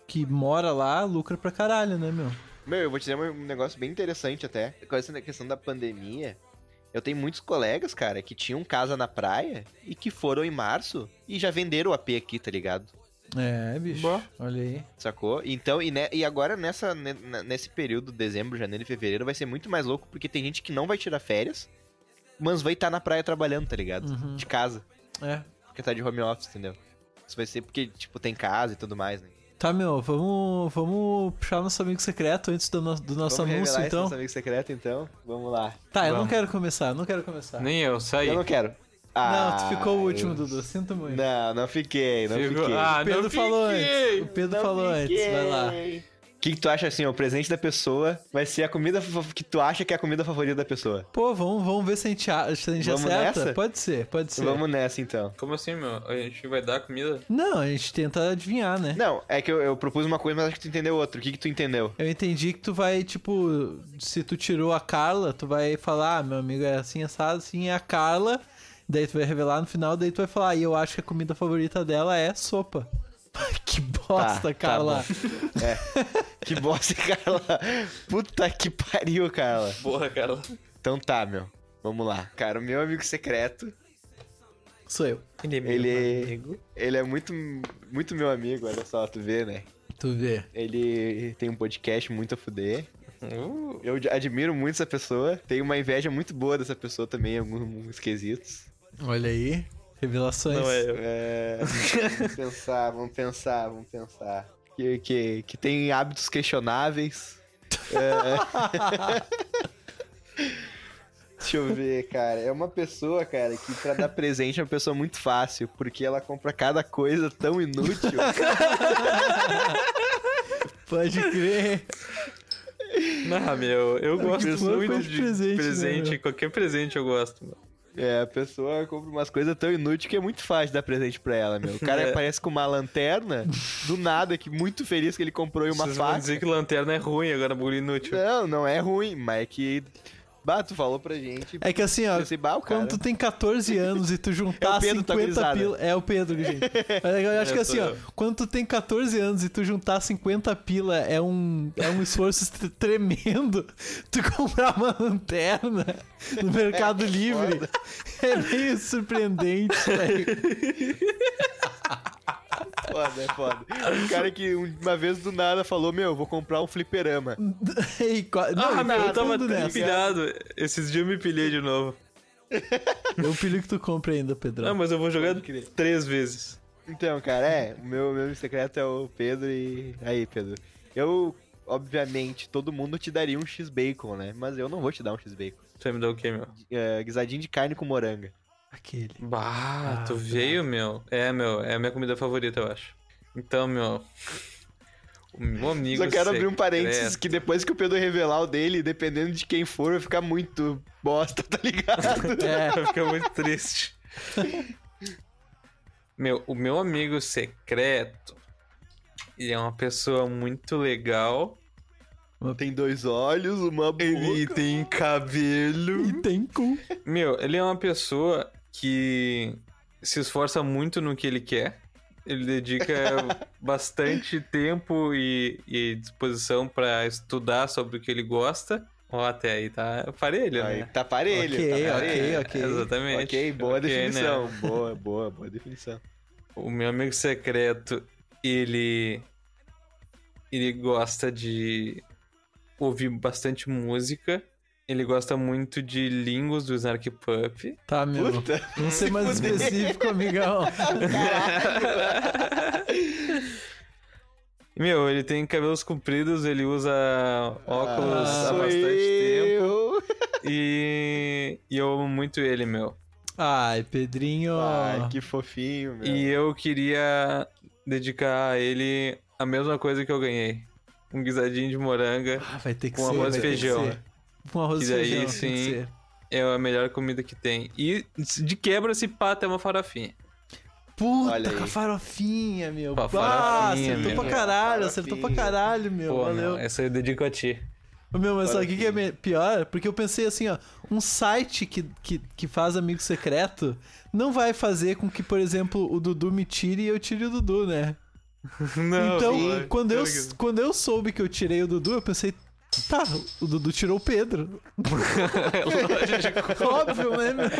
que mora lá lucra pra caralho, né, meu? Meu, eu vou te dizer um negócio bem interessante até. Com essa questão da pandemia, eu tenho muitos colegas, cara, que tinham casa na praia e que foram em março e já venderam o AP aqui, tá ligado? É, bicho. Boa. Olha aí. Sacou? Então, e agora nesse período, dezembro, janeiro e fevereiro, vai ser muito mais louco, porque tem gente que não vai tirar férias, mas vai estar na praia trabalhando, tá ligado? Uhum. De casa. É. Porque tá de home office, entendeu? Isso vai ser porque, tipo, tem casa e tudo mais, né? Tá, meu, vamos puxar nosso amigo secreto antes do nosso Vamos anúncio, revelar então? esse nosso amigo secreto, então? Vamos lá. Tá, eu não Vamos. quero começar, não quero começar. Nem eu, saí. Eu não quero. Não, tu ficou o último, eu- Dudu, sinto muito. Não fiquei, não Ficou- fiquei. Ah, O Pedro não falou fiquei. antes. O Pedro Não falou fiquei. antes, vai lá. O que tu acha assim, ó, o presente da pessoa vai ser a comida que tu acha que é a comida favorita da pessoa? Pô, vamos ver se a gente Vamos acerta. nessa? Pode ser. Vamos nessa, então. Como assim, meu? A gente vai dar comida? Não, a gente tenta adivinhar, né? Não, é que eu propus uma coisa, mas acho que tu entendeu outra. O que tu entendeu? Eu entendi que tu vai, tipo, se tu tirou a Carla, tu vai falar, meu amigo é assim, assado, assim, é a Carla. Daí tu vai revelar no final, daí tu vai falar, e eu acho que a comida favorita dela é sopa. Que bosta, Tá Carla. bom. É. Que bosta, Carla. Puta que pariu, Carla. Porra, cara. Então tá, meu. Vamos lá. Cara, o meu amigo secreto, Sou eu. ele é muito, muito meu amigo, olha só, tu vê, né? Tu vê. Ele tem um podcast muito a fuder. Eu admiro muito essa pessoa. Tenho uma inveja muito boa dessa pessoa também, em alguns quesitos. Olha aí. Revelações. Não é eu. Vamos pensar. Que tem hábitos questionáveis. Deixa eu ver, cara. É uma pessoa, cara, que pra dar presente é uma pessoa muito fácil, porque ela compra cada coisa tão inútil. Pode crer. Não, meu, eu gosto pessoa muito faz de presente, presente. né, meu? Qualquer presente eu gosto, meu. A pessoa compra umas coisas tão inúteis que é muito fácil dar presente pra ela, meu. O cara É. aparece com uma lanterna, do nada, que muito feliz que ele comprou e uma Vocês vão faca. dizer que lanterna é ruim, agora bagulho inútil. Não é ruim, mas é que... Bah, tu falou pra gente. É que assim, ó, Pensei, bah, o cara. quando tu tem 14 anos e tu juntar É o Pedro, tá 50 gurizada. pila... É o Pedro, gente. Eu acho que assim, sou ó, eu. quando tu tem 14 anos e tu juntar 50 pila é um esforço tremendo. Tu comprar uma lanterna no Mercado Livre é meio surpreendente, velho. Foda. Um cara que uma vez do nada falou, meu, vou comprar um fliperama. Não, Meu, eu tava tudo nessa. pilhado. Esses dias eu me pilhei de novo. Eu pilho que tu compra ainda, Pedro. Não, mas eu vou jogar Pode crer. 3 vezes. Então, cara, o meu secreto é o Pedro e... Aí, Pedro. Eu, obviamente, todo mundo te daria um X-Bacon, né? Mas eu não vou te dar um X-Bacon. Tu vai me dar o quê, meu? Guisadinho de carne com moranga. Aquele. Bah, tu bravo. veio, meu. É a minha comida favorita, eu acho. Então, meu. O meu amigo. Só quero abrir um secreto- parênteses que depois que o Pedro revelar o dele, dependendo de quem for, vai ficar muito bosta, tá ligado? É, Vai ficar muito triste. O meu amigo secreto, ele é uma pessoa muito legal. Tem 2 olhos, uma boca. Ele tem cabelo. e tem cu. Ele é uma pessoa que se esforça muito no que ele quer. Ele dedica bastante tempo e disposição pra estudar sobre o que ele gosta. Ó, até aí tá parelho, Aí, né? tá parelho, Ok, tá parelho. ok. Exatamente. Ok, boa Ok, definição. né? Boa definição. O meu amigo secreto, ele gosta de ouvir bastante música. Ele gosta muito de Lingos do Snark Pup. Tá, meu. Puta. Vamos ser mais Fudeu. específico, amigão. Ele tem cabelos compridos, ele usa óculos há sou bastante tempo. eu. E eu amo muito ele, meu. Ai, Pedrinho. Ai, que fofinho, meu. E eu queria dedicar a ele a mesma coisa que eu ganhei. Um guisadinho de moranga. Ah, vai ter que Com ser. arroz vai e ter que feijão. ser. Com arroz e Que daí, feijão, tem que sim. ser. É a melhor comida que tem. E de quebra, se pá, até uma farofinha. Puta, Olha aí. com a farofinha, meu. Com a Ah, farofinha, acertou meu. pra caralho, Farofinha. acertou pra caralho, meu. Pô, Valeu. meu, essa eu dedico a ti. Meu, mas sabe o que é pior? Porque eu pensei assim, ó, um site que faz amigo secreto não vai fazer com que, por exemplo, o Dudu me tire e eu tire o Dudu, né? Não, Então, sim. quando eu soube que eu tirei o Dudu, eu pensei, tá, o Dudu tirou o Pedro. Óbvio, né, meu?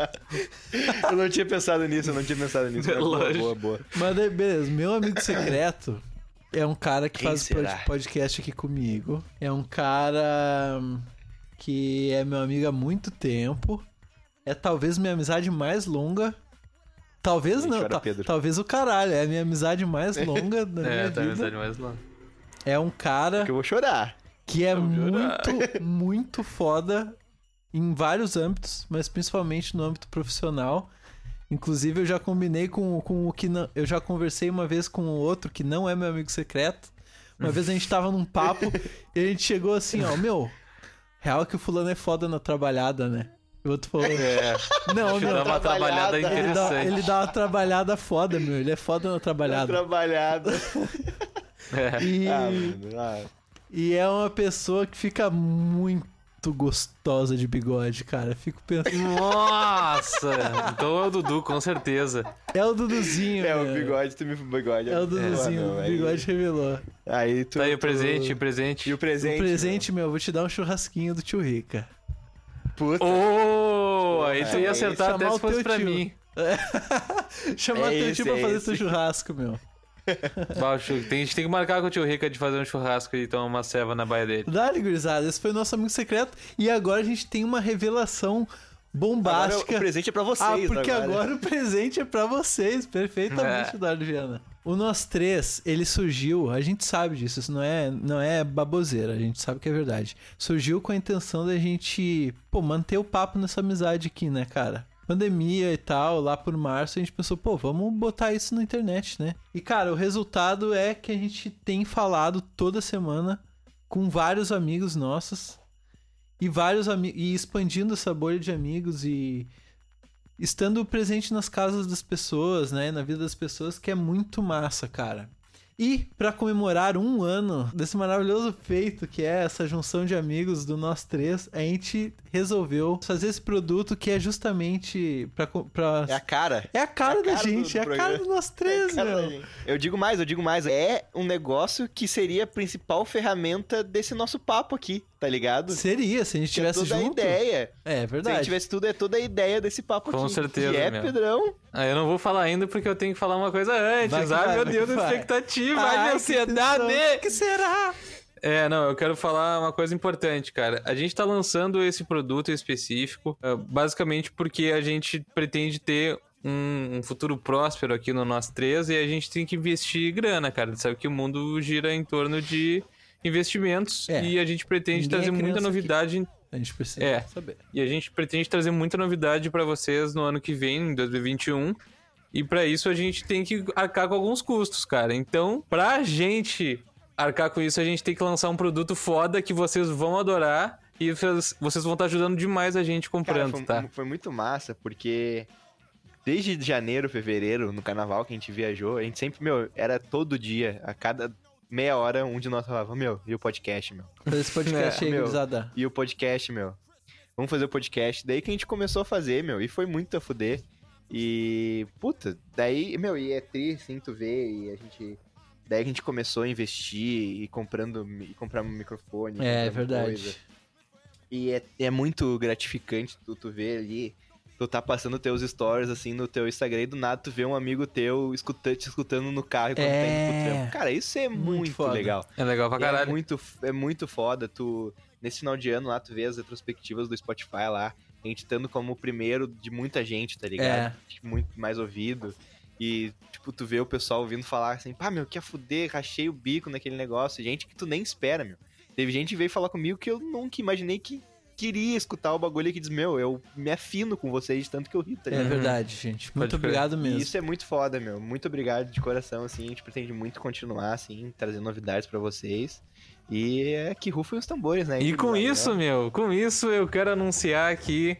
Eu não tinha pensado nisso, Lógico. Boa. Mas daí, beleza, meu amigo secreto é um cara que Quem faz será? podcast aqui comigo. É um cara que é meu amigo há muito tempo. É talvez minha amizade mais longa. Talvez Gente, não, chora, Pedro. talvez o caralho. É a minha amizade mais longa da minha Tá a vida. amizade mais longa. É um cara Que eu vou chorar. que é Vou chorar. muito foda em vários âmbitos, mas principalmente no âmbito profissional. Inclusive, eu já combinei com o que não. Eu já conversei uma vez com o outro que não é meu amigo secreto. Uma vez a gente tava num papo e a gente chegou assim, ó, meu, real que o fulano é foda na trabalhada, né? O outro falou, não, meu, Dá uma trabalhada interessante. ele dá uma trabalhada foda, meu. Ele é foda na trabalhada. Trabalhada. E, Mano. e é uma pessoa que fica muito gostosa de bigode, cara. Fico pensando. Nossa! Então é o Dudu, com certeza. É o Duduzinho, É, o meu. bigode, tu me bigode. É o Duduzinho, o bigode revelou. Aí tu... Tá aí o tu- presente. E o O presente? presente, meu, vou te dar um churrasquinho do tio Rica. Puta. Oh, aí tu ia acertar Chamar até o se fosse teu pra tio. mim. Chamar É teu esse, tio pra é fazer esse. teu churrasco, meu. A gente tem que marcar com o tio Rica de fazer um churrasco e tomar uma ceva na baia dele. Dá-lhe, gurizada. Esse foi o nosso amigo secreto. E agora a gente tem uma revelação Agora bombástica. o presente é pra vocês. porque agora o presente é pra vocês. Perfeitamente, Dário Viana. O Nós Três, ele surgiu, a gente sabe disso, isso não é baboseira, a gente sabe que é verdade. Surgiu com a intenção da gente, manter o papo nessa amizade aqui, né, cara? Pandemia e tal, lá por março, a gente pensou, vamos botar isso na internet, né? E, cara, o resultado é que a gente tem falado toda semana com vários amigos nossos e expandindo essa bolha de amigos e estando presente nas casas das pessoas, né, na vida das pessoas, que é muito massa, cara. E pra comemorar 1 ano desse maravilhoso feito que é essa junção de amigos do Nós Três, a gente resolveu fazer esse produto que é justamente pra... É a cara. É a cara da do gente, é a cara programa. do Nós Três, Cara da meu. gente. Eu digo mais. É um negócio que seria a principal ferramenta desse nosso papo aqui, tá ligado? Seria, se a gente Que é tivesse toda junto. a ideia. É Se a verdade. gente tivesse tudo, é toda a ideia desse papo Com aqui. certeza, E meu. Pedrão. Ah, eu não vou falar ainda porque eu tenho que falar uma coisa antes. Vai que Ai, vai, meu vai Deus, que a vai. expectativa, Ai, ai, minha que ansiedade. tensão. O que será? Não, eu quero falar uma coisa importante, cara. A gente tá lançando esse produto específico, basicamente porque a gente pretende ter um futuro próspero aqui no Nós Três e a gente tem que investir grana, cara. Sabe que o mundo gira em torno de investimentos e a gente pretende Ninguém trazer é muita criança novidade. A gente precisa saber. E a gente pretende trazer muita novidade pra vocês no ano que vem, em 2021. E pra isso a gente tem que arcar com alguns custos, cara. Então, pra gente arcar com isso, a gente tem que lançar um produto foda que vocês vão adorar e vocês vão estar ajudando demais a gente comprando, Cara, tá? foi muito massa, porque desde janeiro, fevereiro, no carnaval que a gente viajou, a gente sempre, era todo dia, a cada meia hora, um de nós falava, e o podcast, Fazer esse podcast aí, meu. gurizada. E o podcast, vamos fazer o podcast. Daí que a gente começou a fazer, e foi muito a fuder. E, puta, daí, e é triste, assim, tu ver, e a gente... Daí a gente começou a investir e comprar um microfone. É comprando verdade. coisa. E é muito gratificante tu ver ali, tu tá passando teus stories, assim, no teu Instagram e do nada tu vê um amigo teu te escutando no carro enquanto tá indo pro trampo. Cara, isso é muito foda. legal. É legal pra caralho. É muito foda. Nesse final de ano lá, tu vê as retrospectivas do Spotify lá, a gente estando como o primeiro de muita gente, tá ligado? Muito mais ouvido. E, tipo, tu vê o pessoal ouvindo falar assim, que a fuder, rachei o bico naquele negócio. Gente que tu nem espera, Teve gente que veio falar comigo que eu nunca imaginei que queria escutar o bagulho e que diz, eu me afino com vocês de tanto que eu ri, tá É ligado? verdade, gente. Muito Pode crer. obrigado E mesmo. isso é muito foda, Muito obrigado de coração, assim. A gente pretende muito continuar, assim, trazendo novidades pra vocês. E que rufem os tambores, né? E com gurizada, isso, com isso eu quero anunciar aqui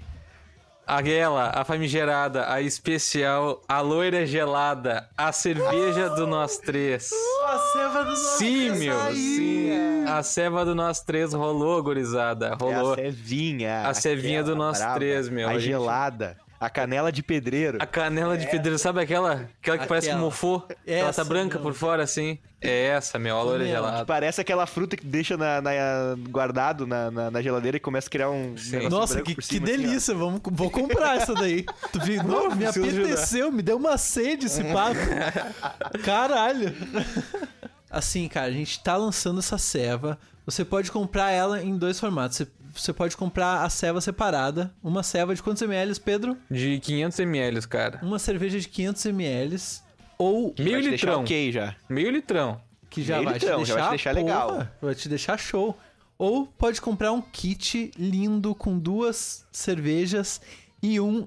a famigerada, a especial, a loira gelada, a cerveja do Nós Três. A ceva do Nós Sim, Três meu, aí. sim. A ceva do Nós Três rolou, gurizada. É Rolou. a cevinha. A cevinha aquela do Nós brava, Três, meu. A A gente- gelada. A canela de pedreiro. A canela de pedreiro, sabe aquela que parece que mofou? Ela tá branca por fora, assim. É essa, meu, a loira gelada. Parece aquela fruta que deixa guardado na geladeira e começa a criar um... Nossa, que delícia, assim, vou comprar essa daí. Tu viu? Não, me apeteceu, me deu uma sede esse papo. Caralho. Assim, cara, a gente tá lançando essa ceva. Você pode comprar ela em 2 formatos. Você pode comprar a ceva separada. Uma ceva de quantos ml, Pedro? De 500 ml, cara. Uma cerveja de 500 ml. Ou... Meio litrão. Ok já. Meio litrão. Que já vai te deixar legal. Vai te deixar show. Ou pode comprar um kit lindo com 2 cervejas e um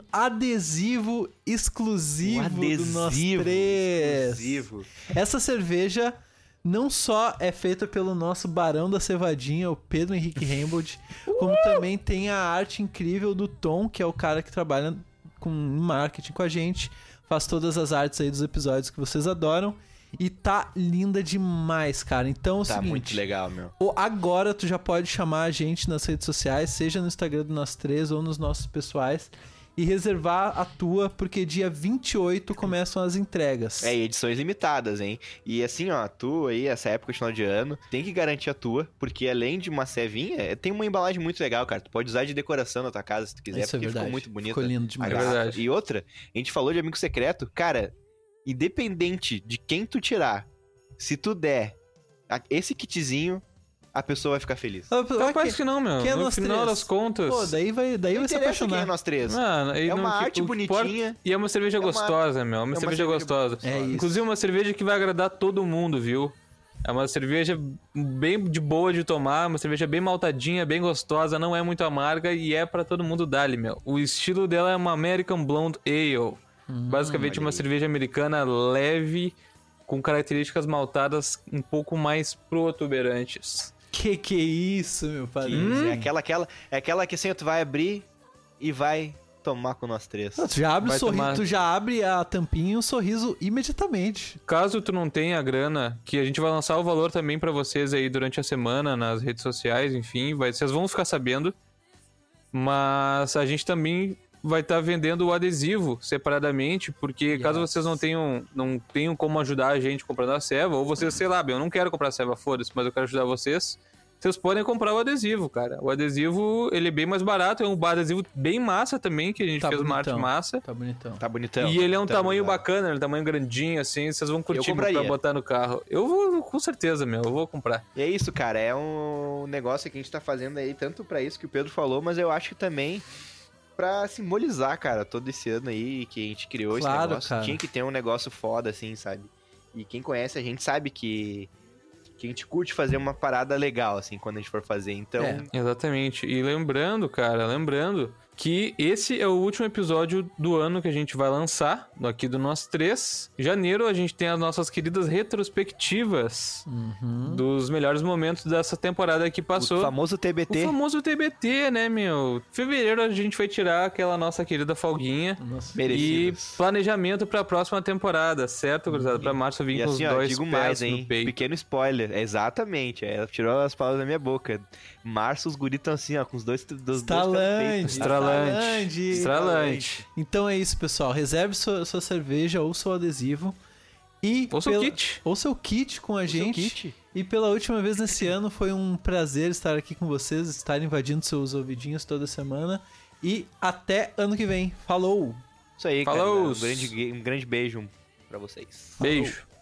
adesivo exclusivo do Nós Três. Exclusivo. Essa cerveja não só é feita pelo nosso barão da cevadinha, o Pedro Henrique Rembold, como também tem a arte incrível do Tom, que é o cara que trabalha com marketing com a gente, faz todas as artes aí dos episódios que vocês adoram. E tá linda demais, cara. Então é o seguinte... Tá muito legal, meu. Agora tu já pode chamar a gente nas redes sociais, seja no Instagram do Nós Três ou nos nossos pessoais, e reservar a tua, porque dia 28 começam as entregas. E edições limitadas, hein? E assim, ó, tu aí, essa época de final de ano, tem que garantir a tua, porque além de uma cevinha, tem uma embalagem muito legal, cara. Tu pode usar de decoração na tua casa se tu quiser, isso porque ficou muito bonito. Ficou lindo demais. É verdade. E outra, a gente falou de amigo secreto, cara, independente de quem tu tirar, se tu der esse kitzinho, a pessoa vai ficar feliz. Capaz que não, meu. No final das contas... Pô, daí vai se apaixonar. Quem é Nós Três. É uma arte bonitinha. E é uma cerveja gostosa, meu. Uma cerveja gostosa. É isso. Inclusive uma cerveja que vai agradar todo mundo, viu? É uma cerveja bem de boa de tomar, uma cerveja bem maltadinha, bem gostosa, não é muito amarga e é pra todo mundo dar-lhe, meu. O estilo dela é uma American Blonde Ale. Basicamente uma cerveja americana leve, com características maltadas um pouco mais protuberantes. Que é isso, meu padrinho? É aquela que assim, tu vai abrir e vai tomar com Nós Três. Tu já abre tu já abre a tampinha e o sorriso imediatamente. Caso tu não tenha a grana, que a gente vai lançar o valor também pra vocês aí durante a semana, nas redes sociais, enfim, vocês vão ficar sabendo. Mas a gente também vai estar vendendo o adesivo separadamente, porque caso vocês não tenham como ajudar a gente comprando a ceva, ou vocês, sei lá, eu não quero comprar a ceva, foda-se, mas eu quero ajudar vocês podem comprar o adesivo, cara. O adesivo, ele é bem mais barato, é um adesivo bem massa também, que a gente fez uma arte massa. Tá bonitão. Tá bonitão. E ele é um tamanho bacana, ele é um tamanho grandinho, assim, vocês vão curtir pra botar no carro. Eu vou, com certeza, meu, eu vou comprar. E é isso, cara, é um negócio que a gente tá fazendo aí, tanto pra isso que o Pedro falou, mas eu acho que também pra simbolizar, cara, todo esse ano aí que a gente criou esse negócio. Cara. Tinha que ter um negócio foda, assim, sabe? E quem conhece a gente sabe que a gente curte fazer uma parada legal, assim, quando a gente for fazer, então... Exatamente. E lembrando, cara, que esse é o último episódio do ano que a gente vai lançar, aqui do Nós Três. Em janeiro a gente tem as nossas queridas retrospectivas dos melhores momentos dessa temporada que passou. O famoso TBT. O famoso TBT, né, meu? Em fevereiro a gente vai tirar aquela nossa querida folguinha. E planejamento pra próxima temporada, certo, gurizada? Pra março vir com os dois digo mais, hein? Pequeno spoiler. Exatamente. Ela tirou as palavras da minha boca. Março os guris estão assim, ó, com os dois Estralante. Então é isso, pessoal. Reserve sua cerveja ou seu adesivo. Ou seu kit. Ou seu kit com a gente. E pela última vez nesse ano foi um prazer estar aqui com vocês, estar invadindo seus ouvidinhos toda semana. E até ano que vem. Falou! Isso aí, Falou. cara. Um grande beijo pra vocês. Beijo.